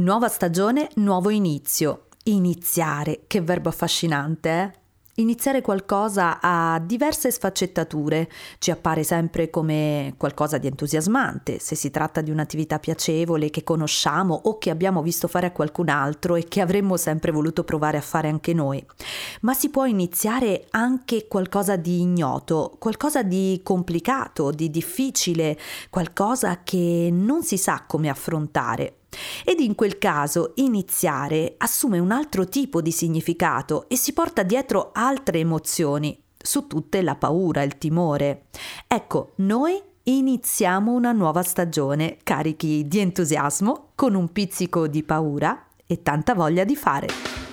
Nuova stagione, nuovo inizio. Iniziare, che verbo affascinante, eh? Iniziare qualcosa ha diverse sfaccettature, ci appare sempre come qualcosa di entusiasmante, se si tratta di un'attività piacevole che conosciamo o che abbiamo visto fare a qualcun altro e che avremmo sempre voluto provare a fare anche noi. Ma si può iniziare anche qualcosa di ignoto, qualcosa di complicato, di difficile, qualcosa che non si sa come affrontare. Ed in quel caso iniziare assume un altro tipo di significato e si porta dietro altre emozioni, su tutte la paura, il timore. Ecco, noi iniziamo una nuova stagione carichi di entusiasmo, con un pizzico di paura e tanta voglia di fare.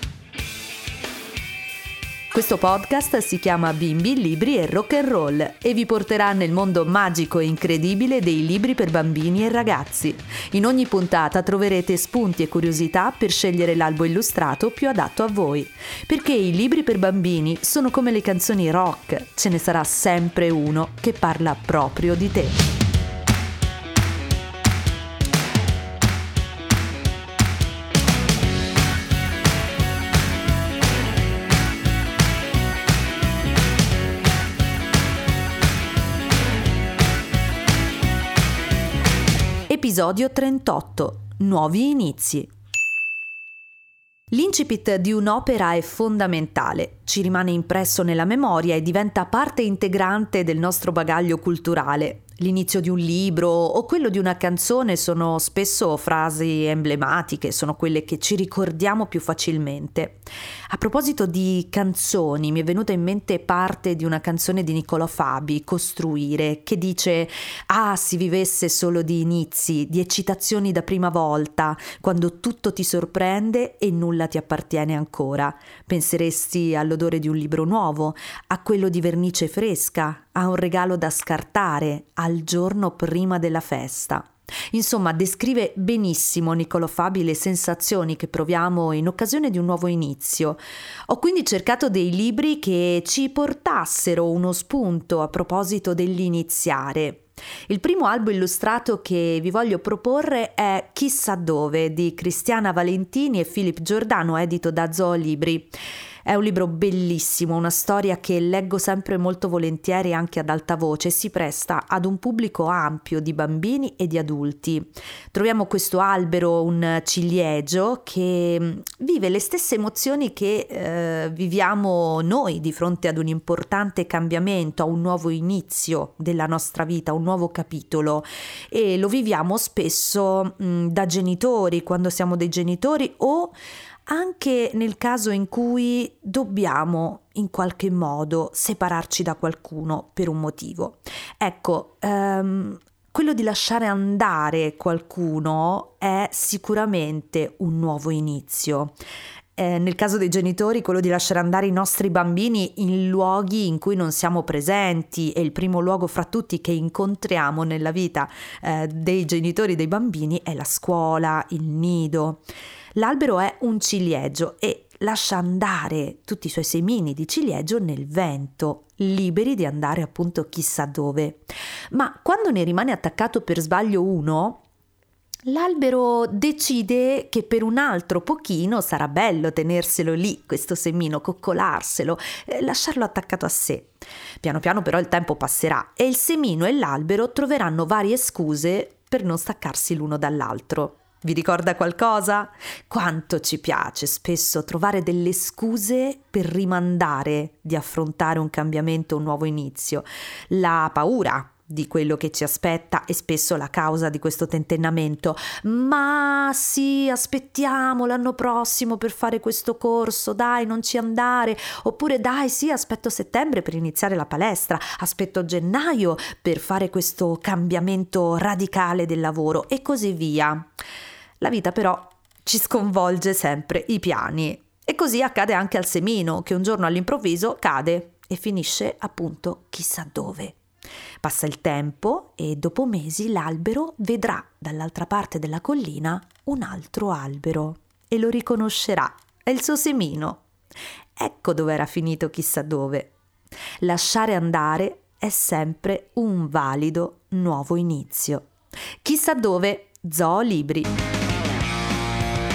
Questo podcast si chiama Bimbi, Libri e Rock and Roll e vi porterà nel mondo magico e incredibile dei libri per bambini e ragazzi. In ogni puntata troverete spunti e curiosità per scegliere l'albo illustrato più adatto a voi. Perché i libri per bambini sono come le canzoni rock, ce ne sarà sempre uno che parla proprio di te. Episodio 38. Nuovi inizi. L'incipit di un'opera è fondamentale, ci rimane impresso nella memoria e diventa parte integrante del nostro bagaglio culturale. L'inizio di un libro o quello di una canzone sono spesso frasi emblematiche, sono quelle che ci ricordiamo più facilmente. A proposito di canzoni, mi è venuta in mente parte di una canzone di Niccolò Fabi, Costruire, che dice: «Ah, si vivesse solo di inizi, di eccitazioni da prima volta, quando tutto ti sorprende e nulla ti appartiene ancora. Penseresti all'odore di un libro nuovo, a quello di vernice fresca, a un regalo da scartare, al giorno prima della festa». Insomma, descrive benissimo Niccolò Fabi le sensazioni che proviamo in occasione di un nuovo inizio. Ho quindi cercato dei libri che ci portassero uno spunto a proposito dell'iniziare. Il primo albo illustrato che vi voglio proporre è Chissà dove di Cristiana Valentini e Philip Giordano, edito da Zoo Libri. È un libro bellissimo, una storia che leggo sempre molto volentieri anche ad alta voce e si presta ad un pubblico ampio di bambini e di adulti. Troviamo questo albero, un ciliegio, che vive le stesse emozioni che viviamo noi di fronte ad un importante cambiamento, a un nuovo inizio della nostra vita, un nuovo capitolo, e lo viviamo spesso da genitori, quando siamo dei genitori, o anche nel caso in cui dobbiamo in qualche modo separarci da qualcuno per un motivo. Ecco, quello di lasciare andare qualcuno è sicuramente un nuovo inizio. Nel caso dei genitori, quello di lasciare andare i nostri bambini in luoghi in cui non siamo presenti, e il primo luogo fra tutti che incontriamo nella vita dei genitori dei bambini è la scuola, il nido. L'albero è un ciliegio e lascia andare tutti i suoi semini di ciliegio nel vento, liberi di andare appunto chissà dove. Ma quando ne rimane attaccato per sbaglio uno, l'albero decide che per un altro pochino sarà bello tenerselo lì, questo semino, coccolarselo, lasciarlo attaccato a sé. Piano piano però il tempo passerà e il semino e l'albero troveranno varie scuse per non staccarsi l'uno dall'altro. Vi ricorda qualcosa? Quanto ci piace spesso trovare delle scuse per rimandare di affrontare un cambiamento, un nuovo inizio. La paura di quello che ci aspetta è spesso la causa di questo tentennamento. Ma sì, aspettiamo l'anno prossimo per fare questo corso, dai, non ci andare. Oppure dai, sì, aspetto settembre per iniziare la palestra, aspetto gennaio per fare questo cambiamento radicale del lavoro e così via. La vita però ci sconvolge sempre i piani e così accade anche al semino, che un giorno all'improvviso cade e finisce appunto chissà dove. Passa il tempo e dopo mesi l'albero vedrà dall'altra parte della collina un altro albero e lo riconoscerà, è il suo semino. Ecco dove era finito chissà dove. Lasciare andare è sempre un valido nuovo inizio. Chissà dove, Zoo Libri.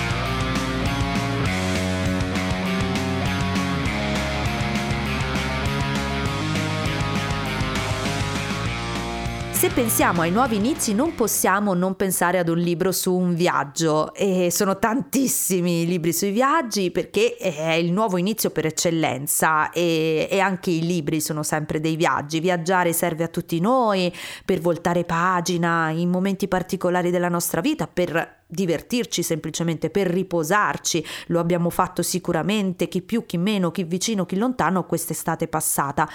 se pensiamo ai nuovi inizi non possiamo non pensare ad un libro su un viaggio, e sono tantissimi i libri sui viaggi perché è il nuovo inizio per eccellenza, e anche i libri sono sempre dei viaggi. Viaggiare serve a tutti noi per voltare pagina in momenti particolari della nostra vita, per divertirci semplicemente, per riposarci. Lo abbiamo fatto sicuramente, chi più, chi meno, chi vicino, chi lontano quest'estate passata.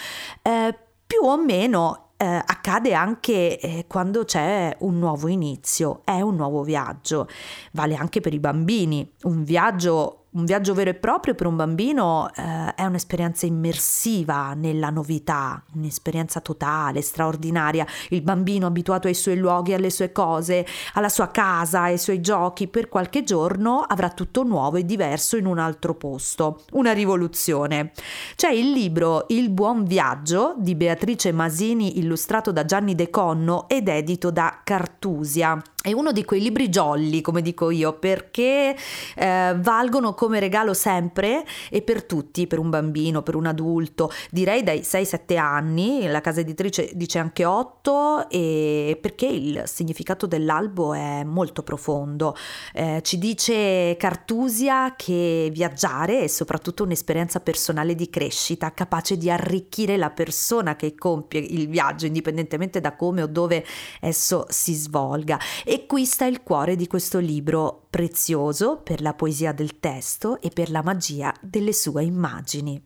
Più o meno accade anche quando c'è un nuovo inizio, è un nuovo viaggio. Vale anche per i bambini. Un viaggio vero e proprio per un bambino è un'esperienza immersiva nella novità, un'esperienza totale, straordinaria. Il bambino abituato ai suoi luoghi, alle sue cose, alla sua casa, ai suoi giochi, per qualche giorno avrà tutto nuovo e diverso in un altro posto. Una rivoluzione. C'è il libro Il buon viaggio di Beatrice Masini, illustrato da Gianni De Conno ed edito da Cartusia. È uno di quei libri jolly, come dico io, perché valgono come regalo sempre e per tutti, per un bambino, per un adulto, direi dai 6-7 anni, la casa editrice dice anche 8, e perché il significato dell'albo è molto profondo. Ci dice Cartusia che viaggiare è soprattutto un'esperienza personale di crescita, capace di arricchire la persona che compie il viaggio, indipendentemente da come o dove esso si svolga. E qui sta il cuore di questo libro, prezioso per la poesia del testo e per la magia delle sue immagini.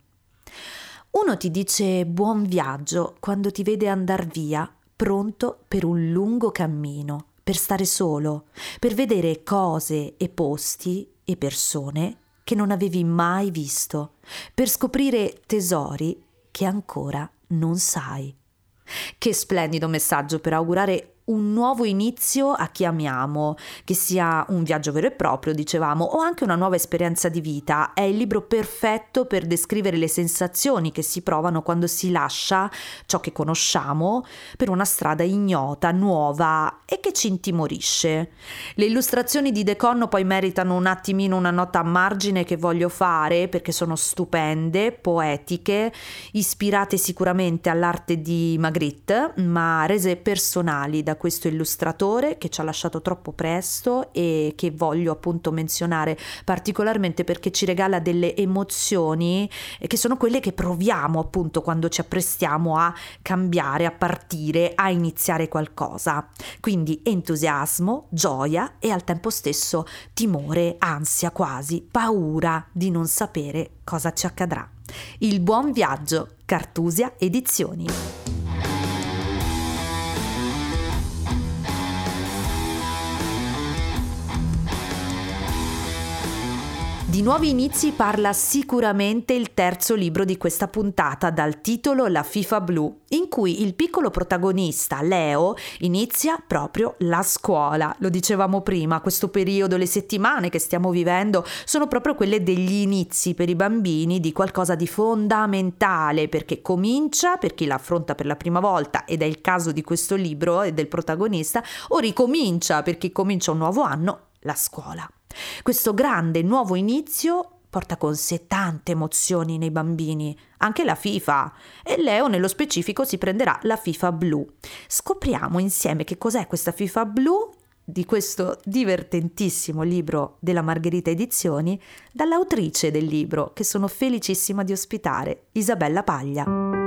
Uno ti dice buon viaggio quando ti vede andar via, pronto per un lungo cammino, per stare solo, per vedere cose e posti e persone che non avevi mai visto, per scoprire tesori che ancora non sai. Che splendido messaggio per augurare un nuovo inizio a chi amiamo, che sia un viaggio vero e proprio, dicevamo, o anche una nuova esperienza di vita. È il libro perfetto per descrivere le sensazioni che si provano quando si lascia ciò che conosciamo per una strada ignota, nuova e che ci intimorisce. Le illustrazioni di De Conno poi meritano un attimino una nota a margine che voglio fare, perché sono stupende, poetiche, ispirate sicuramente all'arte di Magritte, ma rese personali da questo illustratore che ci ha lasciato troppo presto e che voglio appunto menzionare particolarmente perché ci regala delle emozioni che sono quelle che proviamo appunto quando ci apprestiamo a cambiare, a partire, a iniziare qualcosa. Quindi entusiasmo, gioia e al tempo stesso timore, ansia quasi, paura di non sapere cosa ci accadrà. Il buon viaggio, Cartusia Edizioni. Di nuovi inizi parla sicuramente il terzo libro di questa puntata, dal titolo La Fifa Blu, in cui il piccolo protagonista, Leo, inizia proprio la scuola. Lo dicevamo prima, questo periodo, le settimane che stiamo vivendo sono proprio quelle degli inizi per i bambini di qualcosa di fondamentale, perché comincia per chi l'affronta per la prima volta, ed è il caso di questo libro e del protagonista, o ricomincia per chi comincia un nuovo anno, la scuola. Questo grande nuovo inizio porta con sé tante emozioni nei bambini, anche la FIFA, e Leo nello specifico si prenderà la FIFA blu. Scopriamo insieme che cos'è questa FIFA blu di questo divertentissimo libro della Margherita Edizioni, dall'autrice del libro, che sono felicissima di ospitare, Isabella Paglia.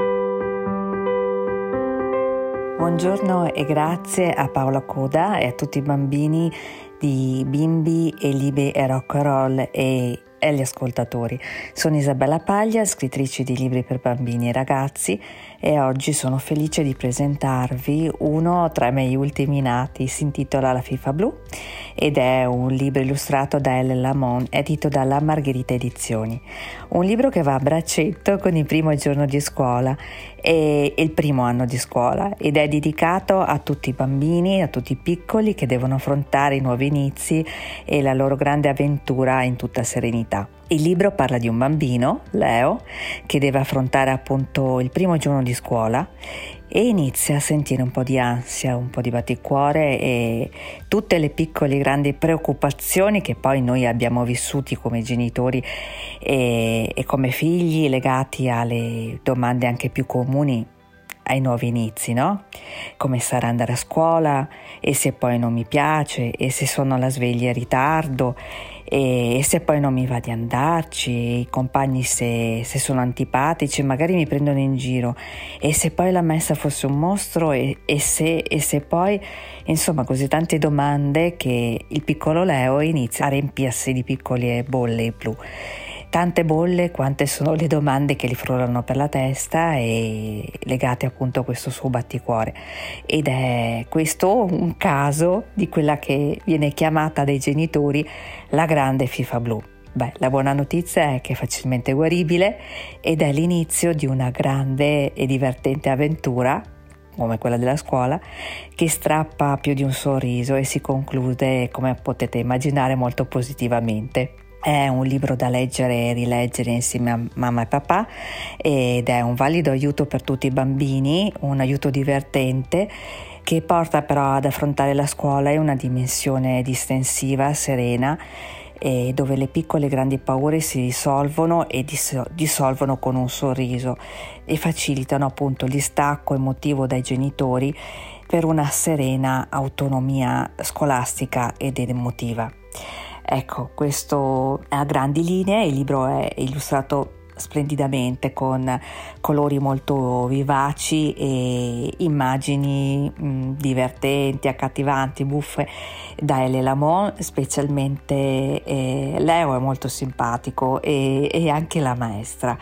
Buongiorno e grazie a Paola Coda e a tutti i bambini di Bimbi e Libri e Rock and Roll e agli ascoltatori. Sono Isabella Paglia, scrittrice di libri per bambini e ragazzi, e oggi sono felice di presentarvi uno tra i miei ultimi nati. Si intitola La FIFA Blu ed è un libro illustrato da Elle Lamont, edito dalla Margherita Edizioni. Un libro che va a braccetto con il primo giorno di scuola e il primo anno di scuola, ed è dedicato a tutti i bambini, a tutti i piccoli che devono affrontare i nuovi inizi e la loro grande avventura in tutta serenità. Il libro parla di un bambino, Leo, che deve affrontare appunto il primo giorno di scuola e inizia a sentire un po' di ansia, un po' di batticuore e tutte le piccole grandi preoccupazioni che poi noi abbiamo vissuti come genitori e come figli, legati alle domande anche più comuni ai nuovi inizi, no? Come sarà andare a scuola, e se poi non mi piace, e se sono alla sveglia in ritardo, e se poi non mi va di andarci, i compagni se sono antipatici, magari mi prendono in giro, e se poi la messa fosse un mostro, e se poi, insomma, così tante domande che il piccolo Leo inizia a riempirsi di piccole bolle blu. Tante bolle quante sono le domande che gli frullano per la testa e legate appunto a questo suo batticuore, ed è questo un caso di quella che viene chiamata dai genitori la grande FIFA blu. Beh, la buona notizia è che è facilmente guaribile ed è l'inizio di una grande e divertente avventura come quella della scuola, che strappa più di un sorriso e si conclude, come potete immaginare, molto positivamente. È un libro da leggere e rileggere insieme a mamma e papà ed è un valido aiuto per tutti i bambini, un aiuto divertente che porta però ad affrontare la scuola in una dimensione distensiva, serena, e dove le piccole e grandi paure si risolvono e dissolvono con un sorriso e facilitano appunto il distacco emotivo dai genitori per una serena autonomia scolastica ed emotiva. Ecco, questo a grandi linee. Il libro è illustrato splendidamente con colori molto vivaci e immagini divertenti, accattivanti, buffe da L. Lamont. Specialmente Leo è molto simpatico e anche la maestra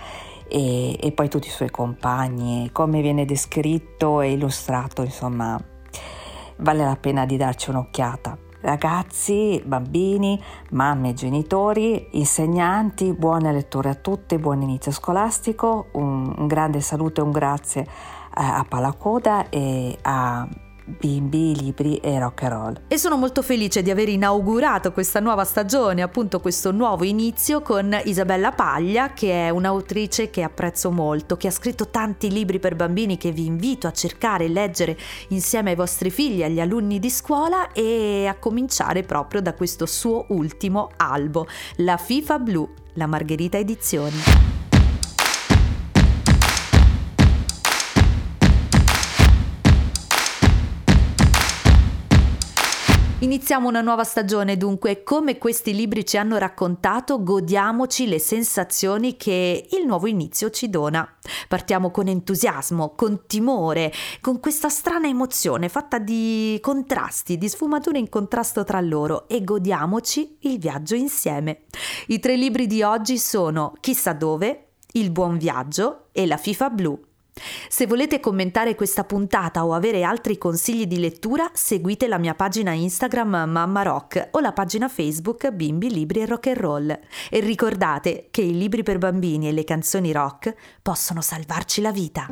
e poi tutti i suoi compagni, come viene descritto e illustrato, insomma vale la pena di darci un'occhiata. Ragazzi, bambini, mamme e genitori, insegnanti, buone letture a tutti, buon inizio scolastico, un grande saluto e un grazie a Palacoda e a Bimbi, Libri e Rock and Roll. E sono molto felice di aver inaugurato questa nuova stagione, appunto questo nuovo inizio, con Isabella Paglia, che è un'autrice che apprezzo molto, che ha scritto tanti libri per bambini che vi invito a cercare e leggere insieme ai vostri figli e agli alunni di scuola, e a cominciare proprio da questo suo ultimo albo, La FIFA blu, la Margherita Edizioni. Iniziamo una nuova stagione, dunque, come questi libri ci hanno raccontato, godiamoci le sensazioni che il nuovo inizio ci dona. Partiamo con entusiasmo, con timore, con questa strana emozione fatta di contrasti, di sfumature in contrasto tra loro, e godiamoci il viaggio insieme. I 3 libri di oggi sono Chissà dove, Il buon viaggio e La FIFA blu. Se volete commentare questa puntata o avere altri consigli di lettura, seguite la mia pagina Instagram Mamma Rock o la pagina Facebook Bimbi, Libri e Rock and Roll. E ricordate che i libri per bambini e le canzoni rock possono salvarci la vita.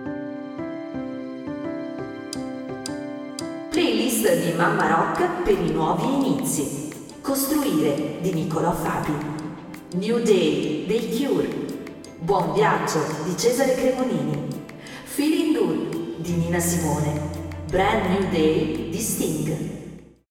Playlist di Mamma Rock per i nuovi inizi. Costruire di Niccolò Fabi. New Day dei Cure. Buon viaggio di Cesare Cremonini. Feeling Good di Nina Simone. Brand New Day di Sting.